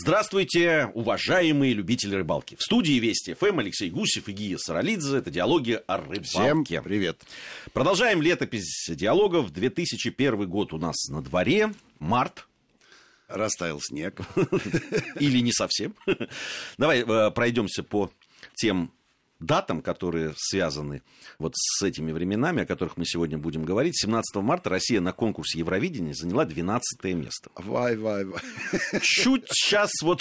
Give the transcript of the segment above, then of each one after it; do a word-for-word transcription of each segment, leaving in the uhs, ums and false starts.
Здравствуйте, уважаемые любители рыбалки. В студии Вести ФМ Алексей Гусев и Гия Саралидзе. Это диалоги о рыбалке. Всем привет. Продолжаем летопись диалогов. две тысячи первый год у нас на дворе. Март. Растаял снег. Или не совсем. Давай пройдемся по тем датам, которые связаны вот с этими временами, о которых мы сегодня будем говорить. семнадцатого марта Россия на конкурсе Евровидения заняла двенадцатое место. Вай, вай, вай. Чуть сейчас вот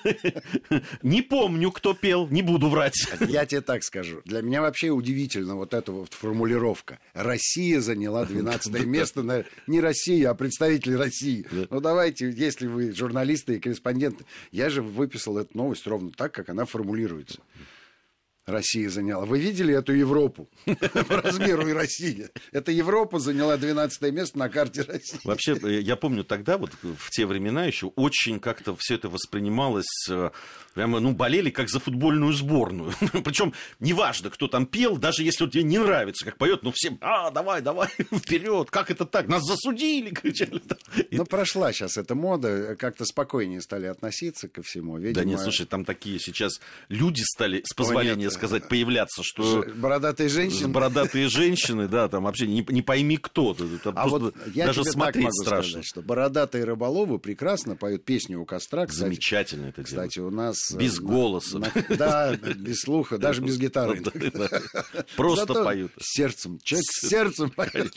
не помню, кто пел, не буду врать. Я тебе так скажу. Для меня вообще удивительно вот эта вот формулировка. Россия заняла двенадцатое место. Не Россия, а представители России. Ну давайте, если вы журналисты и корреспонденты. Я же выписал эту новость ровно так, как она формулируется. Россия заняла. Вы видели эту Европу по размеру и России? Эта Европа заняла двенадцатое место на карте России. Вообще, я помню тогда, вот в те времена еще очень как-то все это воспринималось, прямо, ну, болели как за футбольную сборную. Причем неважно, кто там пел, даже если вот тебе не нравится, как поет, ну, всем, а, давай, давай, вперед, как это так? Нас засудили, кричали. Ну, прошла сейчас эта мода, как-то спокойнее стали относиться ко всему. Видимо... Да нет, слушай, там такие сейчас люди стали, с позволения О, сказать, появляться, что... Бородатые женщины. Бородатые женщины, да, там вообще не, не пойми кто. Там а вот я даже тебе смотреть так могу страшно. Сказать, что бородатые рыболовы прекрасно поют песню у костра. Кстати, замечательно это делают. Кстати, у нас... Без голоса. На, да, без слуха, даже без гитары. Просто поют. Сердцем, человек с сердцем поет.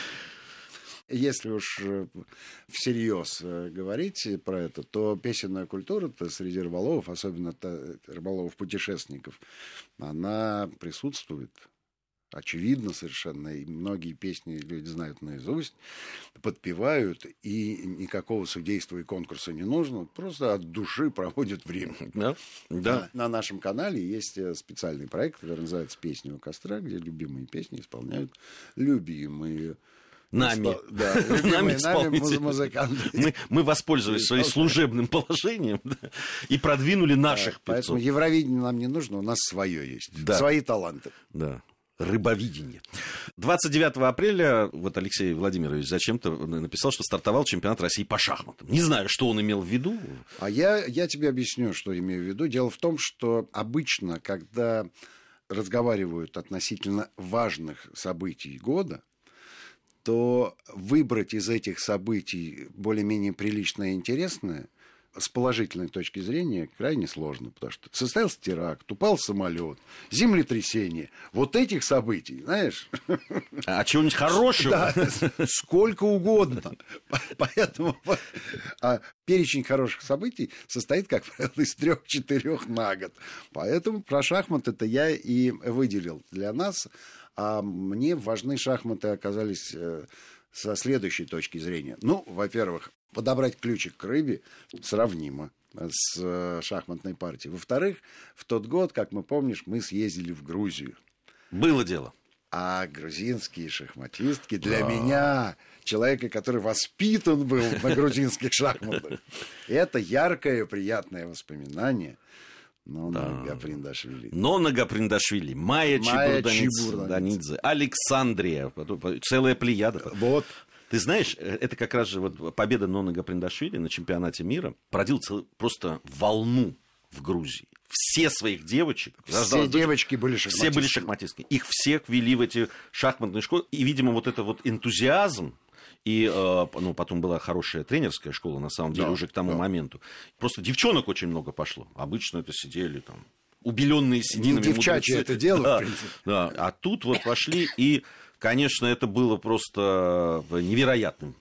Если уж всерьез говорить про это, то песенная культура-то среди рыболовов, особенно рыболовов-путешественников, она присутствует. Очевидно совершенно, и многие песни люди знают наизусть, подпевают, и никакого судейства и конкурса не нужно, просто от души проводят время. Да? Да. На, на нашем канале есть специальный проект, который называется «Песни у костра», где любимые песни исполняют любимые Нами. Да, нами, нами музыканты. Мы, мы воспользовались своим служебным положением, да, и продвинули наших да, певцов. Поэтому Евровидение нам не нужно, у нас свое есть. Да. Свои таланты. Да. Рыбовидение. двадцать девятого апреля вот Алексей Владимирович зачем-то написал, что стартовал чемпионат России по шахматам. Не знаю, что он имел в виду. А я, я тебе объясню, что имею в виду. Дело в том, что обычно, когда разговаривают относительно важных событий года, то выбрать из этих событий более-менее приличное и интересное с положительной точки зрения крайне сложно, потому что состоялся теракт, упал самолет, землетрясение. Вот этих событий, знаешь... А чего-нибудь хорошего? Да, сколько угодно. Поэтому а перечень хороших событий состоит, как правило, из трех-четырех на год. Поэтому про шахматы-то я и выделил для нас. А мне важны шахматы оказались со следующей точки зрения. Ну, во-первых, подобрать ключик к рыбе сравнимо с шахматной партией. Во-вторых, в тот год, как мы помнишь, мы съездили в Грузию. Было дело. А грузинские шахматистки для меня, человека, который воспитан был на грузинских шахматах, это яркое, приятное воспоминание. Нона Гаприндашвили. Нона Гаприндашвили, Майя Чебурданидзе, Александрия, целая плеяда. Вот. Ты знаешь, это как раз же вот победа Ноны Гаприндашвили на чемпионате мира породила просто волну в Грузии. Все своих девочек... Все девочки были шахматистки. Все были шахматистки. Их всех ввели в эти шахматные школы. И, видимо, вот это вот энтузиазм, и ну, потом была хорошая тренерская школа, на самом деле, да, уже к тому да. моменту. Просто девчонок очень много пошло. Обычно это сидели там, убеленные сединами. Не девчачье это дело, да, в принципе. Да. А тут вот пошли, и, конечно, это было просто невероятным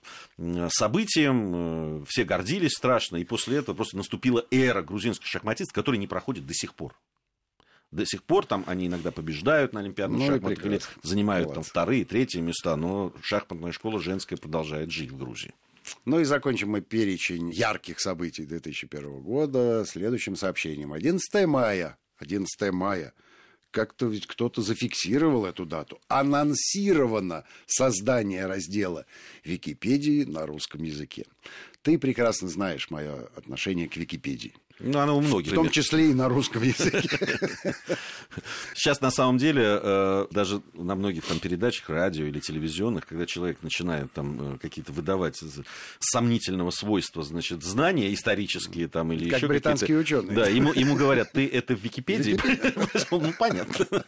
событием. Все гордились страшно, и после этого просто наступила эра грузинских шахматистов, которая не проходит до сих пор. До сих пор там они иногда побеждают на олимпиадных ну, шахматах или занимают Молодцы. Там вторые, третьи места, но шахматная школа женская продолжает жить в Грузии. Ну и закончим мы перечень ярких событий две тысячи первого года следующим сообщением. одиннадцатого мая. одиннадцатого мая. Как-то ведь кто-то зафиксировал эту дату. Анонсировано создание раздела Википедии на русском языке. Ты прекрасно знаешь мое отношение к Википедии. Ну, она у многих. В том числе и на русском языке. Сейчас, на самом деле, даже на многих там передачах, радио или телевизионных, когда человек начинает там какие-то выдавать сомнительного свойства, значит, знания исторические там или как еще британские какие-то... ученые. Да, ему, ему говорят, ты это в Википедии? Ну, понятно.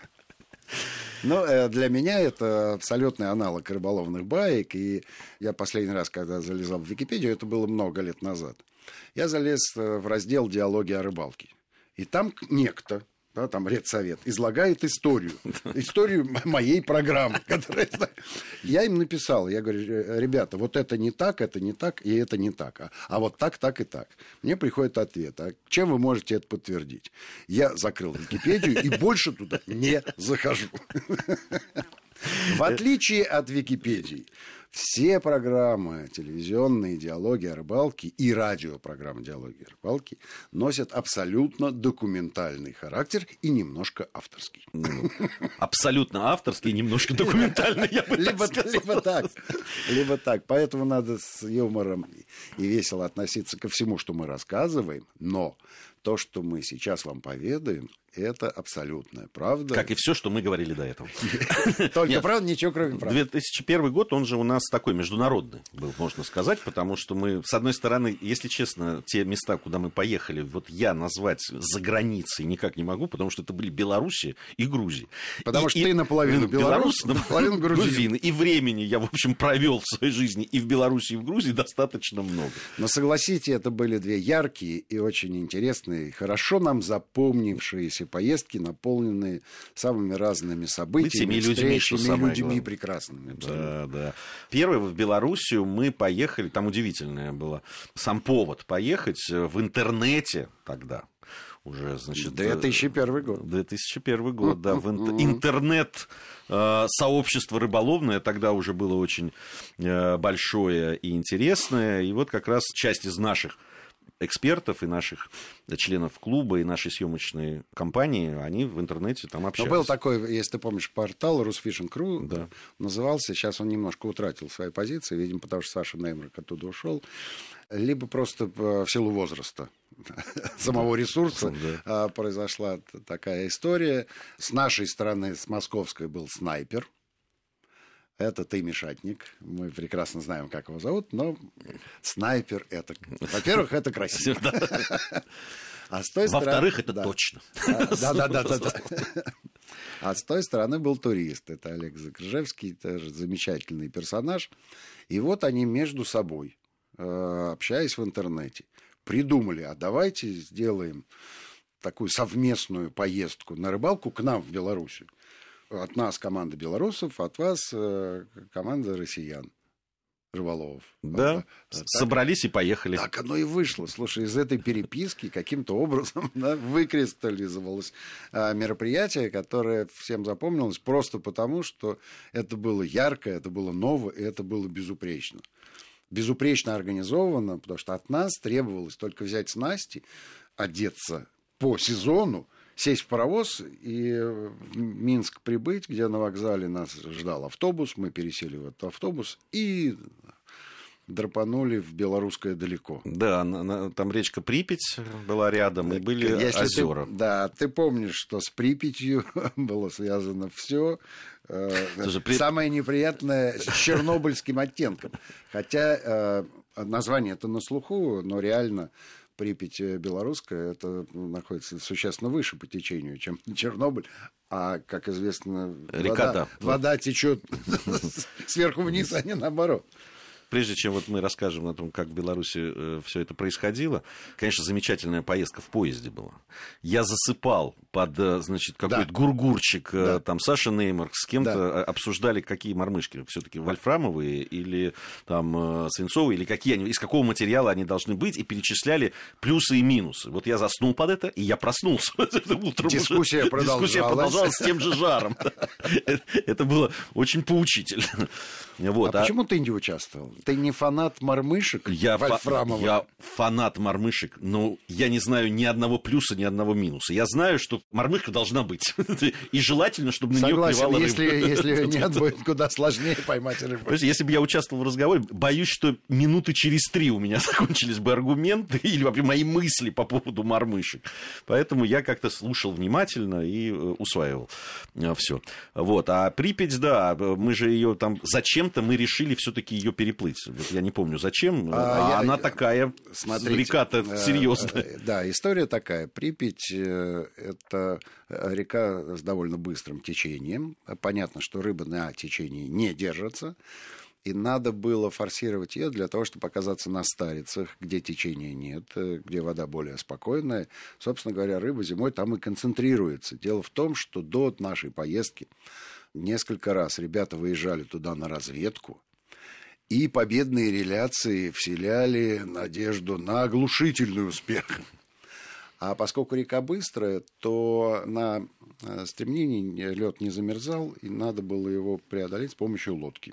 Но для меня это абсолютный аналог рыболовных баек. И я последний раз, когда залезал в Википедию, это было много лет назад, я залез в раздел «Диалоги о рыбалке». И там некто, да, там редсовет, излагает историю. Историю моей программы. Которую я, знаю. Я им написал, я говорю, ребята, вот это не так, это не так, и это не так. А, а вот так, так и так. Мне приходит ответ. А чем вы можете это подтвердить? Я закрыл Википедию и больше туда не захожу. В отличие от Википедии, все программы, телевизионные диалоги о рыбалке и радиопрограммы диалоги о рыбалке носят абсолютно документальный характер и немножко авторский. Ну, абсолютно авторский, немножко документальный, я бы либо, так сказал. Либо так, либо так. Поэтому надо с юмором и весело относиться ко всему, что мы рассказываем, но то, что мы сейчас вам поведаем, это абсолютная правда. Как и все, что мы говорили до этого. Только правда, ничего кроме правды. две тысячи первый год, он же у нас такой международный был, можно сказать, потому что мы, с одной стороны, если честно, те места, куда мы поехали, вот я назвать за границей никак не могу, потому что это были Белоруссия и Грузия. Потому и, что и, ты наполовину белорус, белорус, наполовину грузин. И времени я, в общем, провел в своей жизни и в Беларуси, и в Грузии достаточно много. Но согласитесь, это были две яркие и очень интересные, хорошо нам запомнившиеся поездки, наполненные самыми разными событиями, людьми, встречами, что самое людьми главное. прекрасными. Да, да. Первое, в Белоруссию мы поехали, там удивительное было, сам повод поехать в интернете тогда. Уже, значит, две тысячи первый год. две тысячи первый год, да. В интернет сообщество рыболовное тогда уже было очень большое и интересное. И вот как раз часть из наших экспертов и наших членов клуба, и нашей съемочной компании, они в интернете там общались. Но был такой, если ты помнишь, портал Rusfishing.ru, да. назывался, сейчас он немножко утратил свои позиции, видимо, потому что Саша Неймарк оттуда ушел, либо просто в силу возраста самого ресурса да. произошла такая история. С нашей стороны, с московской, был снайпер. Это ты, Мишатник. Мы прекрасно знаем, как его зовут, но снайпер это... Во-первых, это красиво. А с той Во-вторых, стороны... это да. точно. Да-да-да. А с той стороны был турист. Это Олег Закрыжевский, тоже замечательный персонаж. И вот они между собой, общаясь в интернете, придумали, а давайте сделаем такую совместную поездку на рыбалку к нам в Белоруссию. От нас команда белорусов, от вас э, команда россиян, рыболовов. Да, а, так, собрались и поехали. Так оно и вышло. Слушай, из этой переписки каким-то образом да, выкристаллизовалось а, мероприятие, которое всем запомнилось просто потому, что это было ярко, это было ново, и это было безупречно. Безупречно организовано, потому что от нас требовалось только взять снасти, одеться по сезону, сесть в паровоз и в Минск прибыть, где на вокзале нас ждал автобус. Мы пересели в этот автобус и драпанули в белорусское далеко. Да, на, на, там речка Припять была рядом, и были Если озера. Ты, да, ты помнишь, что с Припятью было связано все. При... Самое неприятное с чернобыльским оттенком. Хотя название это на слуху, но реально... Припять белорусская, это находится существенно выше по течению, чем Чернобыль. А, как известно, вода, вода течет сверху вниз, а не наоборот. Прежде чем вот мы расскажем о том, как в Беларуси э, все это происходило, конечно, замечательная поездка в поезде была. Я засыпал под, значит, какой-то да. гургурчик, да. там Саша Неймарк с кем-то да. обсуждали, какие мормышки все-таки вольфрамовые или там свинцовые, или какие они, из какого материала они должны быть, и перечисляли плюсы и минусы. Вот я заснул под это, и я проснулся утром. Дискуссия продолжалась. Дискуссия продолжалась с тем же жаром. Это было очень поучительно. А почему ты не участвовал? ты не фанат мормышек я, вольфрамовых? я фанат мормышек, но я не знаю ни одного плюса, ни одного минуса. Я знаю, что мормышка должна быть. И желательно, чтобы на нее клевала рыба. Согласен, если нет, будет куда сложнее поймать рыбу. Если бы я участвовал в разговоре, боюсь, что минуты через три у меня закончились бы аргументы или вообще мои мысли по поводу мормышек. Поэтому я как-то слушал внимательно и усваивал все. Вот. А Припять, да, мы же ее там... Зачем-то мы решили все-таки ее переплыть. Вот я не помню, зачем. А, а я, она такая, река-то серьезная. Да, история такая. Припять – это река с довольно быстрым течением. Понятно, что рыба на течении не держится. И надо было форсировать ее для того, чтобы оказаться на Старицах, где течения нет, где вода более спокойная. Собственно говоря, рыба зимой там и концентрируется. Дело в том, что до нашей поездки несколько раз ребята выезжали туда на разведку, и победные реляции вселяли надежду на оглушительный успех. А поскольку река быстрая, то на стремнении лед не замерзал, и надо было его преодолеть с помощью лодки.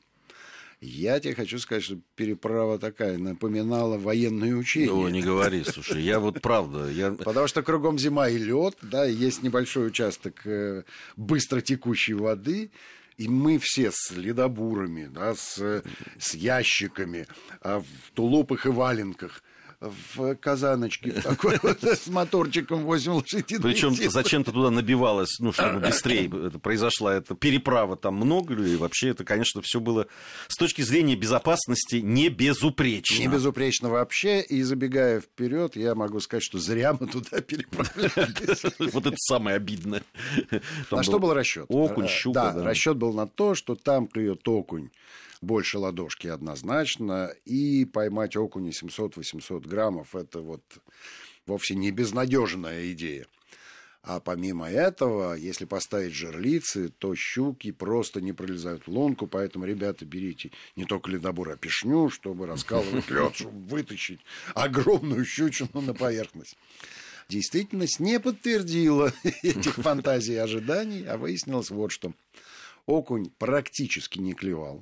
Я тебе хочу сказать, что переправа такая напоминала военные учения. О, не говори, слушай, я вот правда... Я... Потому что кругом зима и лед, да, есть небольшой участок быстро текущей воды, и мы все с ледобурами, да, с, с ящиками, в тулупах и валенках, в казаночке такой вот, с моторчиком восемь лошадиных Причем сил. зачем-то туда набивалось, ну, чтобы быстрее это произошла эта переправа там много, и вообще это, конечно, все было с точки зрения безопасности не безупречно. Не безупречно вообще, и забегая вперед, я могу сказать, что зря мы туда переправлялись. Вот это самое обидное. На что был расчет? Окунь, щука. Да, расчет был на то, что там клюет окунь больше ладошки однозначно, и поймать окуня семьсот-восемьсот граммов – это вот вовсе не безнадежная идея. А помимо этого, если поставить жерлицы, то щуки просто не пролезают в лунку, поэтому, ребята, берите не только ледобур, а пешню, чтобы раскалывать лед, чтобы вытащить огромную щучину на поверхность. Действительность не подтвердила этих фантазий и ожиданий, а выяснилось вот что. Окунь практически не клевал.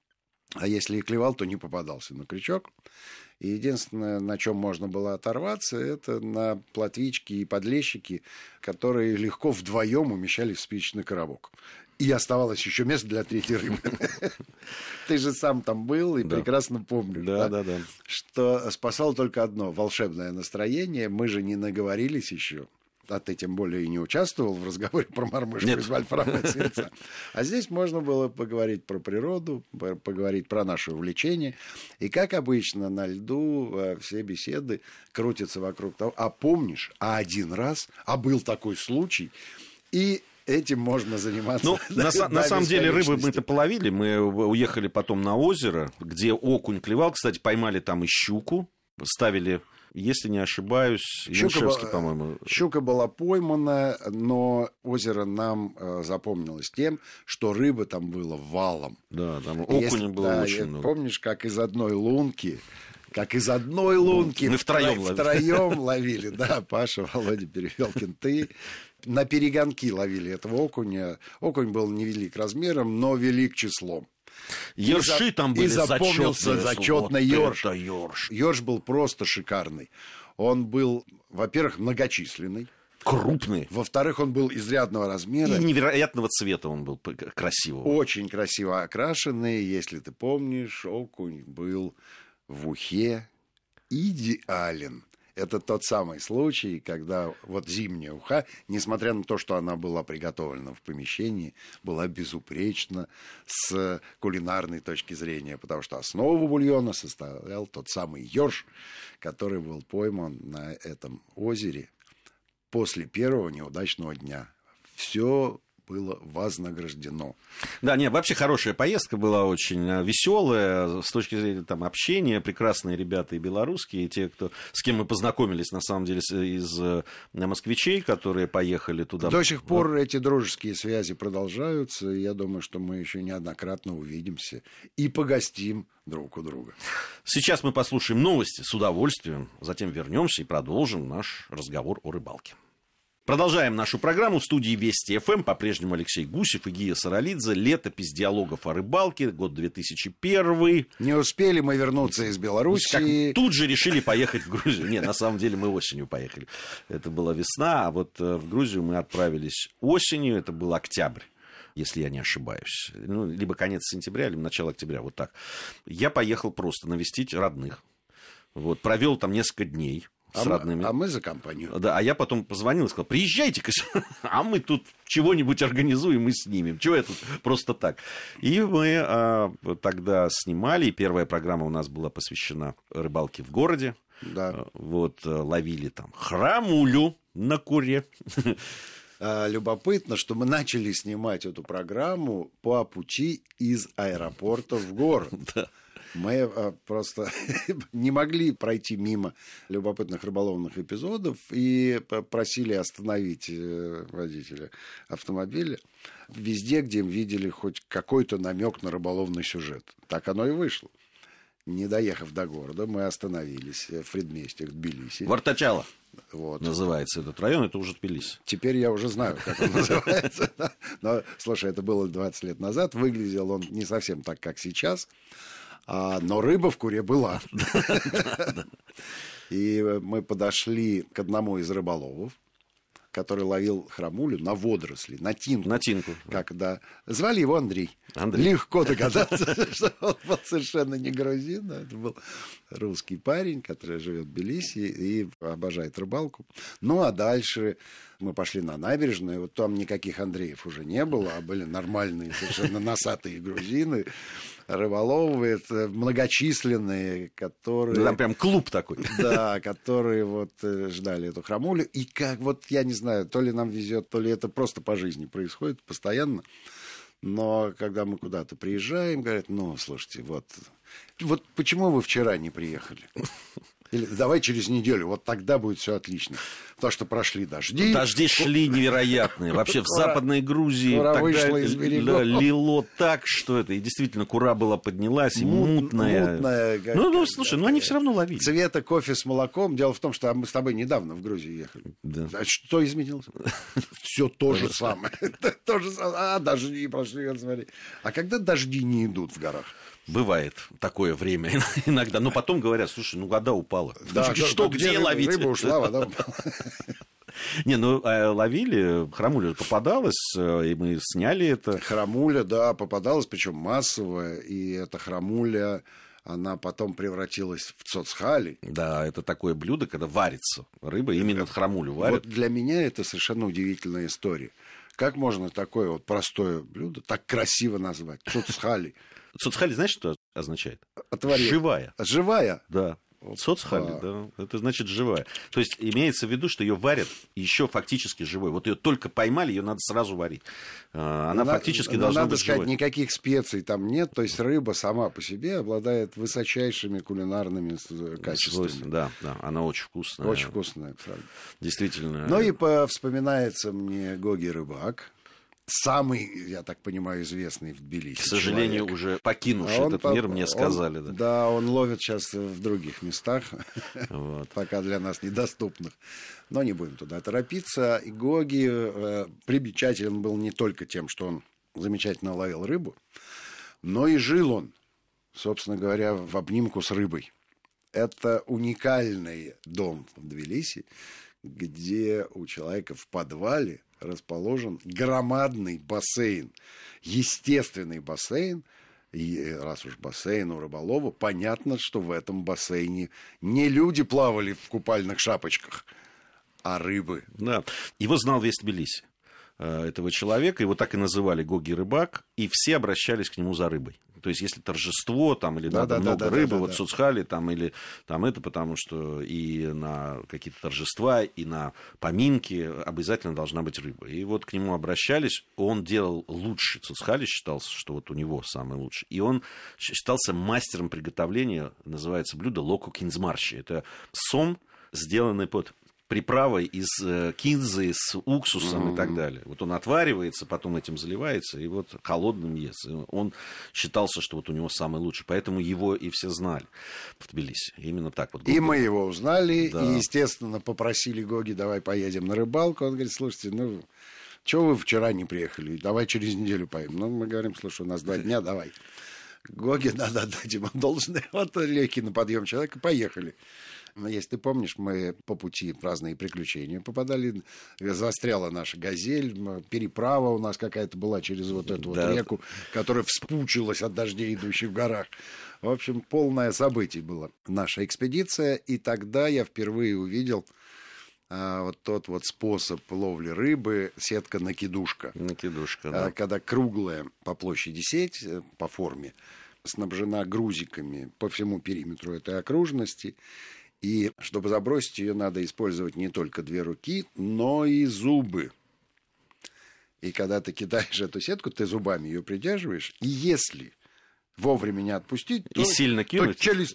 А если и клевал, то не попадался на крючок. И единственное, на чем можно было оторваться, это на плотвички и подлещики, которые легко вдвоем умещались в спичечный коробок. И оставалось еще место для третьей рыбы. Ты же сам там был и прекрасно помнишь, да, да, да, что спасало только одно – волшебное настроение. Мы же не наговорились еще. А ты тем более и не участвовал в разговоре про мормышку из вольфрамового свинца. А здесь можно было поговорить про природу, поговорить про наше увлечение. И, как обычно, на льду все беседы крутятся вокруг того, а помнишь, а один раз, а был такой случай, и этим можно заниматься. Ну, до, на, до на самом деле рыбы мы-то половили, мы уехали потом на озеро, где окунь клевал, кстати, поймали там и щуку, ставили... Если не ошибаюсь, Яншевский, по-моему. Щука была поймана, но озеро нам э, запомнилось тем, что рыбы там было валом. Да, там окуня было да, очень много. Помнишь, как из одной лунки, как из одной лунки мы втроем ловили. Втроем ловили, да, Паша, Володя Перепелкин, ты. На перегонки ловили этого окуня. Окунь был невелик размером, но велик числом. Ёрши и там были и запомнился зачетный ёрш. ёрш. Ёрш был просто шикарный. Он был, во-первых, многочисленный. Крупный. Во-вторых, он был изрядного размера. И невероятного цвета он был, красивого. Очень красиво окрашенный. Если ты помнишь, окунь был в ухе идеален. Это тот самый случай, когда вот зимняя уха, несмотря на то, что она была приготовлена в помещении, была безупречна с кулинарной точки зрения, потому что основу бульона составлял тот самый ёрш, который был пойман на этом озере после первого неудачного дня. Все было вознаграждено. Да, нет, вообще хорошая поездка была, очень веселая, с точки зрения там, общения, прекрасные ребята и белорусские, и те, кто, с кем мы познакомились, на самом деле, из москвичей, которые поехали туда. До сих пор эти дружеские связи продолжаются, и я думаю, что мы еще неоднократно увидимся и погостим друг у друга. Сейчас мы послушаем новости с удовольствием, затем вернемся и продолжим наш разговор о рыбалке. Продолжаем нашу программу. В студии Вести ФМ по-прежнему Алексей Гусев и Гия Саралидзе. Летопись диалогов о рыбалке, год две тысячи первый. Не успели мы вернуться из Белоруссии. Как тут же решили поехать в Грузию. Не, на самом деле мы осенью поехали. Это была весна, а вот в Грузию мы отправились осенью. Это был октябрь, если я не ошибаюсь. Ну, либо конец сентября, либо начало октября, вот так. Я поехал просто навестить родных. Вот, провел там несколько дней. С а, родными. Мы, а мы за компанию. Да, а я потом позвонил и сказал, приезжайте-ка сюда, а мы тут чего-нибудь организуем и снимем. Чего я тут просто так? И мы а, тогда снимали, и первая программа у нас была посвящена рыбалке в городе. Да. Вот, ловили там храмулю на Куре. Любопытно, что мы начали снимать эту программу по пути из аэропорта в город. Да. Мы просто не могли пройти мимо любопытных рыболовных эпизодов и просили остановить водителя автомобиля везде, где видели хоть какой-то намек на рыболовный сюжет. Так оно и вышло. Не доехав до города, мы остановились в предместье, в Тбилиси. Вартачало. Вот. Называется этот район, это уже Тбилиси. Теперь я уже знаю, как он называется. Но, слушай, это было двадцать лет назад. Выглядел он не совсем так, как сейчас. А, но рыба в Куре была. И мы подошли к одному из рыболовов, который ловил храмулю на водоросли, на тинку. На тинку. Когда... Звали его Андрей. Андрей. Легко догадаться, что он был совершенно не грузин. Это был русский парень, который живет в Тбилиси и обожает рыбалку. Ну, а дальше мы пошли на набережную. Вот там никаких Андреев уже не было, а были нормальные, совершенно носатые грузины. Рыболовы, это многочисленные, которые... Да, там прям клуб такой. Да, которые вот ждали эту храмулю. И как, вот я не знаю, то ли нам везет, то ли это просто по жизни происходит постоянно. Но когда мы куда-то приезжаем, говорят, ну, слушайте, вот, вот почему вы вчера не приехали? Или давай через неделю, вот тогда будет все отлично. Потому что прошли дожди. Дожди шли невероятные. Вообще в Западной Грузии тогда лило так, что это. И действительно, Кура была поднялась, и мутная. мутная ну, ну, слушай, ну они все равно ловили. Цвета кофе с молоком. Дело в том, что мы с тобой недавно в Грузию ехали. Да. А что изменилось? Все то же самое. А, дожди прошли, смотри. А когда дожди не идут в горах? Бывает такое время иногда. Но потом говорят, слушай, ну вода упала. Да, что, где, где ловить? Рыба ушла, вода упала. Не, ну ловили, храмуля попадалась, и мы сняли это. Храмуля, да, попадалась, причем массовая, и эта храмуля, она потом превратилась в цоцхали. Да, это такое блюдо, когда варится рыба, именно храмулю варят. Вот для меня это совершенно удивительная история. Как можно такое вот простое блюдо так красиво назвать? Цоцхали. Цоцхали, знаешь, что означает? Отвори. Живая. Живая? Да. Цоцхали, да. Это значит живая. То есть имеется в виду, что ее варят еще фактически живой. Вот ее только поймали, ее надо сразу варить. Она но фактически но должна надо быть сказать, живой. Никаких специй там нет. То есть рыба сама по себе обладает высочайшими кулинарными качествами. Да, да, она очень вкусная. Очень вкусная, правда. Действительно. Ну и по, вспоминается мне Гоги Рыбак. Самый, я так понимаю, известный в Тбилиси. К сожалению, человек. уже покинувший а этот по... мир, мне сказали. Он, да. да, он ловит сейчас в других местах, вот. пока для нас недоступных. Но не будем туда торопиться. И Гоги э, примечателен был не только тем, что он замечательно ловил рыбу, но и жил он, собственно говоря, в обнимку с рыбой. Это уникальный дом в Тбилиси, где у человека в подвале расположен громадный бассейн, естественный бассейн. И раз уж бассейн у рыболова, понятно, что в этом бассейне не люди плавали в купальных шапочках, а рыбы. Да. Его знал весь Тбилиси, этого человека. Его так и называли Гоги Рыбак, и все обращались к нему за рыбой. То есть, если торжество, там, или да, надо да, много да, рыбы, да, вот да. Цоцхали, там, или там это, потому что и на какие-то торжества, и на поминки обязательно должна быть рыба. И вот к нему обращались, он делал лучше. Цоцхали считался, что вот у него самый лучший. И он считался мастером приготовления, называется блюдо локу кинзмарщи. Это сом, сделанный под приправой из э, кинзы с уксусом Mm-hmm. и так далее. Вот он отваривается, потом этим заливается, и вот холодным ест. И он считался, что вот у него самый лучший. Поэтому его и все знали в Тбилиси. Именно так вот. И мы его узнали, Да. и, естественно, попросили Гоги, давай поедем на рыбалку. Он говорит, слушайте, ну, чего вы вчера не приехали? Давай через неделю поедем. Ну, мы говорим, слушай, у нас два дня, давай. Гоги надо отдать ему должное. Вот легкий на подъем человека, поехали. Но если ты помнишь, мы по пути в разные приключения попадали, застряла наша «Газель», переправа у нас какая-то была через вот эту Да. вот реку, которая вспучилась от дождей, идущих в горах. В общем, полное событие была наша экспедиция, и тогда я впервые увидел а, вот тот вот способ ловли рыбы, сетка-накидушка. Накидушка, да. А, когда круглая по площади сеть, по форме, снабжена грузиками по всему периметру этой окружности. И чтобы забросить ее, надо использовать не только две руки, но и зубы. И когда ты кидаешь эту сетку, ты зубами ее придерживаешь. И если вовремя не отпустить, то, И сильно кинуть. то челюсть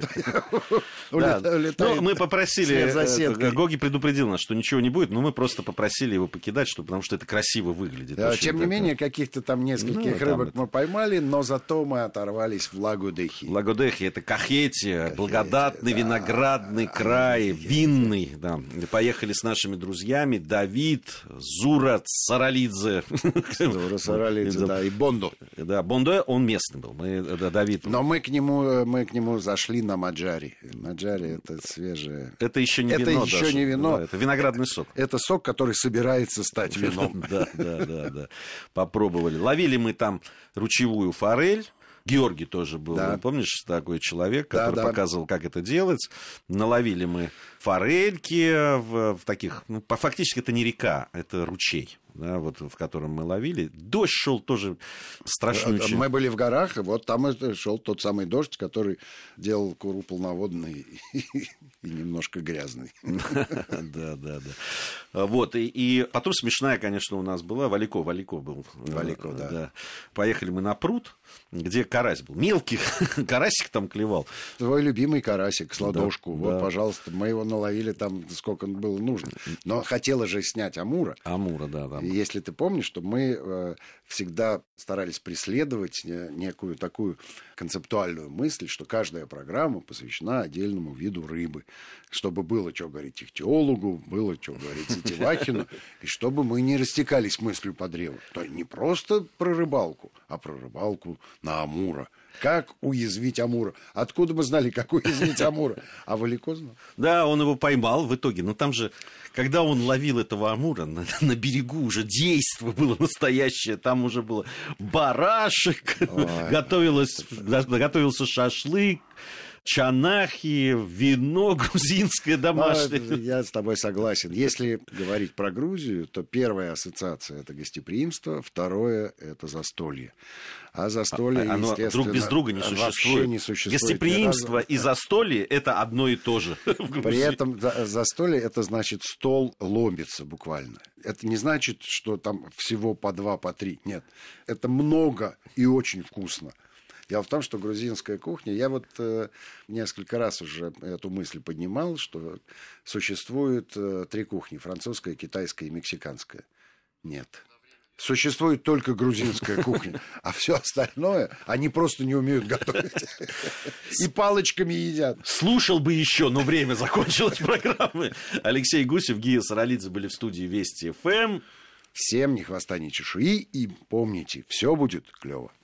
Да. улетает. Ну, мы попросили, вслед за сеткой. э, Гоги предупредил нас, что ничего не будет, но мы просто попросили его покидать, чтобы, потому что это красиво выглядит. Да, Очень тем не так, менее, каких-то там Ну, нескольких там рыбок это- мы поймали, но зато мы оторвались в Лагодехи. Лагодехи — это Кахетия, благодатный да. виноградный край, винный. Да. Поехали с нашими друзьями Давид, Зура, Саралидзе. Здорово, Саралидзе, да, и Бондо. Да, Бондо, он местный был. Мы, да, Давид. Но мы к нему, мы к нему зашли на Маджари. Маджари — это свежее... Это еще не Это вино еще даже. не вино. Да, это виноградный сок. Это сок, который собирается стать вином. Да, да, да, да. Попробовали. Ловили мы там ручевую форель. Георгий тоже был, Да. помнишь, такой человек, Да, который да. показывал, как это делать. Наловили мы форельки в, в таких... Ну, по- фактически это не река, это ручей, да, вот, в котором мы ловили. Дождь шел тоже страшнючий. Мы были в горах, и вот там шел тот самый дождь, который делал Куру полноводный и немножко грязный. Да, да, да. Вот, и, и потом смешная, конечно, у нас была. Валико, Валико был. Валико, да. Поехали мы на пруд, где карась был. Мелкий карасик там клевал. Твой любимый карасик с ладошку. Да, Вот, да. пожалуйста, мы его наловили там, сколько было нужно. Но хотела же снять амура. Амура, да, там. И если ты помнишь, что мы э, всегда старались преследовать не- некую такую концептуальную мысль, что каждая программа посвящена отдельному виду рыбы. Чтобы было что говорить ихтиологу, было что говорить Сетевахину, и чтобы мы не растекались мыслью по древу. То есть не просто про рыбалку, а про рыбалку на амура. Как уязвить амура? Откуда мы знали, как уязвить амура? А Валико знал. Да, он его поймал в итоге. Но там же, когда он ловил этого амура, на, на берегу уже действо было настоящее. Там уже было барашек, готовилось, готовился шашлык, чанахи, вино грузинское домашнее. Ну, я с тобой согласен. Если говорить про Грузию, то первая ассоциация — это гостеприимство, второе — это застолье. А застолье, Оно естественно, друг без друга не вообще существует. не существует. Гостеприимство Ни разу. и застолье — это одно и то же. в Грузии. При этом за- застолье — это значит стол ломится буквально. Это не значит, что там всего по два, по три. Нет. Это много и очень вкусно. Дело в том, что грузинская кухня... Я вот э, несколько раз уже эту мысль поднимал, что существует э, три кухни. Французская, китайская и мексиканская. Нет. Существует только грузинская кухня. А все остальное они просто не умеют готовить. И палочками едят. Слушал бы еще, но время закончилось программы. Алексей Гусев, Гия Саралидзе были в студии Вести эф эм. Всем ни хвоста, ни чешуи. И помните, все будет клево.